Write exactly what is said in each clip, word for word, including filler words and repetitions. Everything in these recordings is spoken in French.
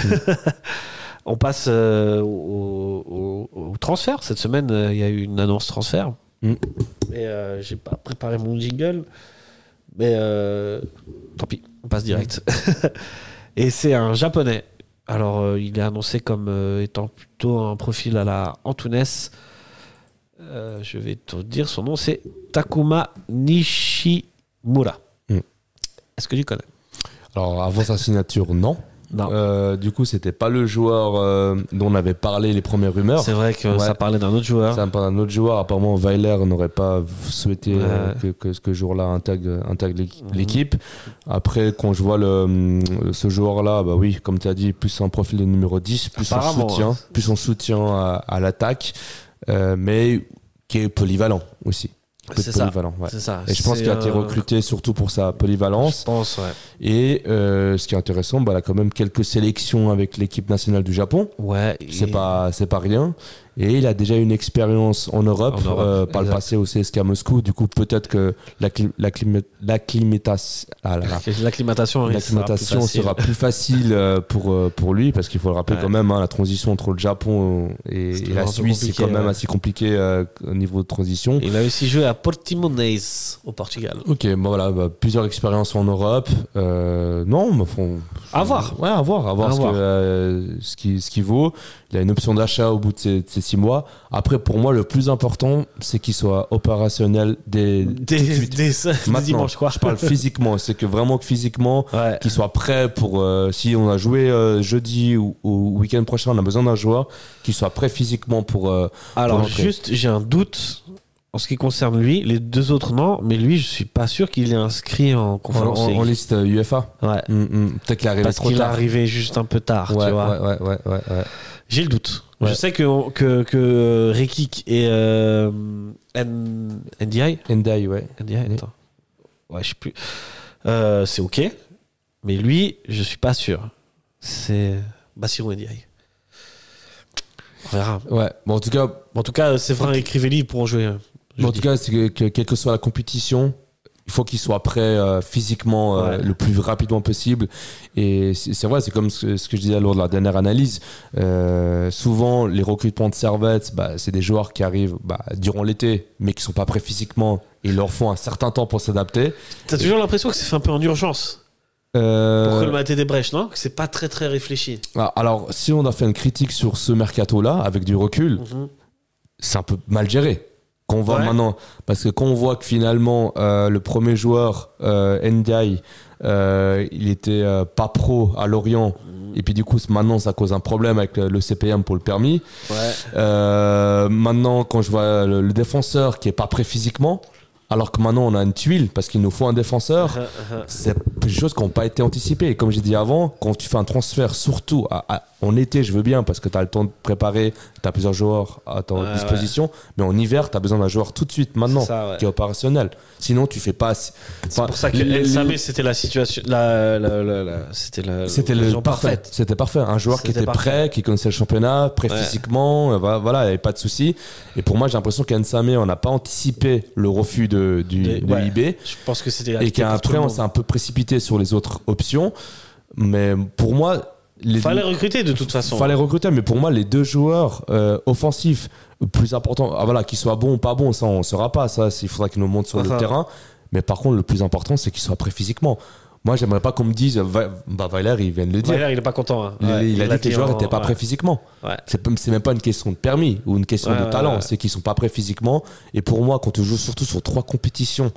On passe euh, au, au, au transfert. Cette semaine, il euh, y a eu une annonce transfert. Mm. Et euh, j'ai pas préparé mon jingle. Mais euh, tant pis, on passe direct. Mm. Et c'est un japonais. Alors, euh, il est annoncé comme euh, étant plutôt un profil à la Antunes. Euh, je vais te dire son nom, c'est Takuma Nishimura. Mm. Est-ce que tu connais? Alors, avant sa signature, non. Non. Euh, du coup, c'était pas le joueur euh, dont on avait parlé les premières rumeurs. C'est vrai que ouais. ça parlait d'un autre joueur. Ça parlait d'un autre joueur. Apparemment, Weiler n'aurait pas souhaité ouais. euh, que, que ce jour-là intègre, intègre l'équipe. Mmh. Après, quand je vois le, ce joueur-là, bah oui, comme tu as dit, plus un profil de numéro dix, plus son soutien, hein. plus son soutien à, à l'attaque, euh, mais qui est polyvalent aussi. C'est ça. Ouais. c'est ça. Et je pense c'est qu'il a été euh... recruté surtout pour sa polyvalence. Je pense, ouais. Et euh, ce qui est intéressant, bah, il a quand même quelques sélections avec l'équipe nationale du Japon. Ouais. C'est et... pas, c'est pas rien. Et il a déjà une expérience en Europe, en Europe euh, par exact. le passé au C S K à Moscou. Du coup, peut-être que l'acclim- l'acclim- l'acclimatation, ah là là. l'acclimatation, oui, l'acclimatation sera, plus sera plus facile pour, pour lui, parce qu'il faut le rappeler ouais. quand même, hein, la transition entre le Japon et, et la Suisse, c'est quand même ouais. assez compliqué euh, au niveau de transition. Il a aussi joué à Portimonense au Portugal. Ok, bon voilà, bah, plusieurs expériences en Europe. Euh, non, mais font, à voir. Ouais, à voir, à voir, à ce, voir. Que, euh, ce qui ce qui vaut. Il a une option d'achat au bout de ces, de ces six mois. Après, pour moi, le plus important, c'est qu'il soit opérationnel dès, dès, dès, dès dimanche, quoi. Je parle physiquement. C'est que vraiment que physiquement, ouais. qu'il soit prêt pour. Euh, si on a joué euh, jeudi ou, ou week-end prochain, on a besoin d'un joueur qui soit prêt physiquement pour. Euh, Alors, pour juste, j'ai un doute. En ce qui concerne lui, les deux autres non, mais lui, je suis pas sûr qu'il est inscrit en conférence en, en, en liste U F A. Ouais. Mm, mm. Peut-être qu'il est arrivé Parce trop qu'il tard. est arrivé juste un peu tard, ouais, tu vois. Ouais, ouais, ouais, ouais, ouais. J'ai le doute. Ouais. Je sais que que que Rekik et euh, N D I. N D I, ouais. N D I, attends. Ouais, je sais plus. Euh, c'est ok, mais lui, je suis pas sûr. C'est Bassirou N D I. On verra. Ouais. Bon, en tout cas, en tout cas, c'est vrai, écrivez-lui pour en jouer. Bon, en tout cas, c'est que, que quelle que soit la compétition, il faut qu'il soit prêt euh, physiquement euh, ouais. le plus rapidement possible. Et c'est, c'est vrai, c'est comme ce, ce que je disais lors de la dernière analyse. Euh, souvent, les recrutements de Servette, bah, c'est des joueurs qui arrivent bah, durant l'été, mais qui sont pas prêts physiquement. Et il leur faut un certain temps pour s'adapter. T'as toujours et... l'impression que c'est fait un peu en urgence euh... pour colmater des brèches, non? Que c'est pas très très réfléchi. Alors, si on a fait une critique sur ce mercato-là, avec du recul, mm-hmm. c'est un peu mal géré. Qu'on voit ouais. maintenant, parce que quand on voit que finalement euh, le premier joueur euh, Ndiaye euh, il était euh, pas pro à Lorient mmh. et puis du coup maintenant ça cause un problème avec le C P M pour le permis ouais. euh, maintenant quand je vois le, le défenseur qui est pas prêt physiquement alors que maintenant on a une tuile parce qu'il nous faut un défenseur, uh-huh, uh-huh. c'est des choses qui n'ont pas été anticipées. Et comme j'ai dit avant, quand tu fais un transfert, surtout à, à, en été, je veux bien parce que tu as le temps de préparer, tu as plusieurs joueurs à ta euh, disposition, ouais. mais en hiver, tu as besoin d'un joueur tout de suite, maintenant, ça, ouais. qui est opérationnel. Sinon, tu fais pas. C'est enfin, pour ça que El Samé, c'était la situation. La, la, la, la, c'était la, c'était le parfait. Parfaite. C'était parfait. Un joueur c'était qui était parfait. prêt, qui connaissait le championnat, prêt ouais. physiquement, voilà, il n'y avait pas de souci. Et pour moi, j'ai l'impression qu'El Samé, on n'a pas anticipé le refus de. Du, de, de ouais, I B je pense que c'était et qu'après on s'est un peu précipité sur les autres options, mais pour moi il fallait deux, recruter de toute façon fallait recruter mais pour moi les deux joueurs euh, offensifs plus importants, ah, voilà, qu'ils soient bons ou pas bons, ça on ne saura pas, ça il faudra qu'ils nous montrent sur enfin, le terrain, mais par contre le plus important c'est qu'ils soient prêts physiquement. Moi, j'aimerais pas qu'on me dise, bah, Weiler, il vient de le dire. Weiler, il est pas content. Hein. Il, ouais, il, il a dit que les joueurs n'étaient pas ouais. prêts physiquement. Ouais. C'est, c'est même pas une question de permis ou une question ouais, de ouais, talent. Ouais. C'est qu'ils sont pas prêts physiquement. Et pour moi, quand tu joues surtout sur trois compétitions,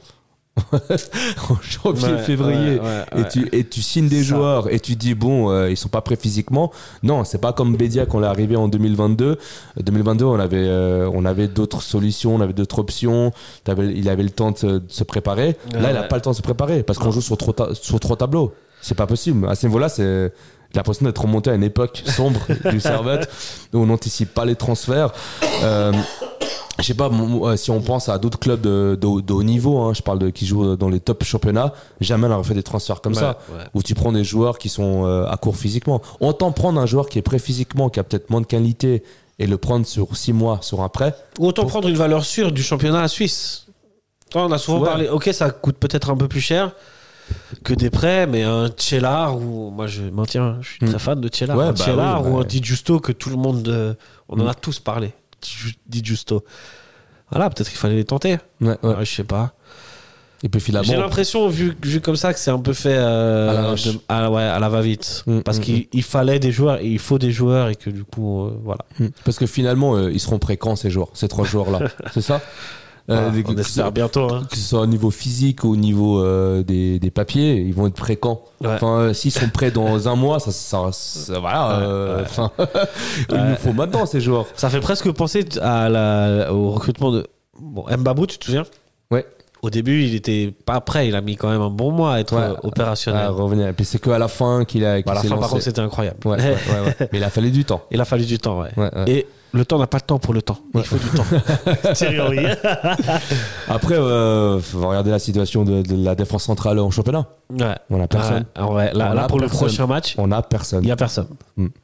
en janvier, ouais, février, ouais, ouais, et, ouais. Tu, et tu signes des ça. joueurs et tu dis, bon, euh, ils sont pas prêts physiquement. Non, c'est pas comme Bédia quand on est arrivé en deux mille vingt-deux. deux mille vingt-deux, on avait, euh, on avait d'autres solutions, on avait d'autres options. Il avait le temps de se, de se préparer. Ouais, Là, il a ouais. pas le temps de se préparer parce qu'on joue sur trois, ta- sur trois tableaux. C'est pas possible. À ce niveau-là, c'est j'ai l'impression d'être remonté à une époque sombre du Servette où on n'anticipe pas les transferts. Euh, je sais pas, si on pense à d'autres clubs de, de, de haut niveau, hein, je parle de qui jouent dans les top championnats, jamais on aurait fait des transferts comme ouais, ça, ouais. où tu prends des joueurs qui sont euh, à court physiquement. Autant prendre un joueur qui est prêt physiquement, qui a peut-être moins de qualité, et le prendre sur six mois sur un prêt. Ou autant pour... prendre une valeur sûre du championnat suisse. On a souvent ouais. parlé, ok, ça coûte peut-être un peu plus cher. que des prêts, mais un Tchellar ou moi je maintiens, je suis Mm. très fan de Tchellar, Ouais, un bah Tchellar oui, ou bah un Di Giusto que tout le monde, euh, on en Mm. a tous parlé. Di Giusto. Voilà, peut-être qu'il fallait les tenter. Ouais, ouais. Ouais, je sais pas. Et puis finalement. J'ai l'impression, vu, vu comme ça, que c'est un peu fait euh, À l'arrache. de- à, ouais, à la va-vite. Mm, Parce mm, qu'il il fallait des joueurs, et il faut des joueurs, et que du coup, euh, voilà. Parce que finalement, euh, ils seront prêts quand ces joueurs, ces trois joueurs-là C'est ça Euh, Voilà, des- on que, espère ce, bientôt. Hein. que ce soit au niveau physique ou au niveau euh, des, des papiers, ils vont être prêts quand Ouais. Enfin, euh, s'ils sont prêts dans un mois, ça, ça, ça- voilà. euh, Ouais, ouais. enfin, il Ouais. nous faut maintenant ces joueurs. Ça fait presque penser à la, au recrutement de bon, Mbabou, tu te souviens? Ouais. Au début, il était pas prêt. Il a mis quand même un bon mois à être Ouais. euh, opérationnel. À revenir. Et puis c'est que à la fin qu'il a. qu'il Bah, à la s'est fin, par lancé. contre, c'était incroyable. Ouais, ouais, ouais, ouais. Mais il a fallu du temps. Il a fallu du temps, ouais. Ouais, ouais. Et le temps n'a pas le temps pour le temps. Il faut du temps. Thierry Henry. Après, euh, faut regarder la situation de, de la défense centrale en championnat. Ouais. On a personne. Ouais, ouais. Là, On là, a pour personne. le prochain match, On a personne. il n'y a personne. Mm.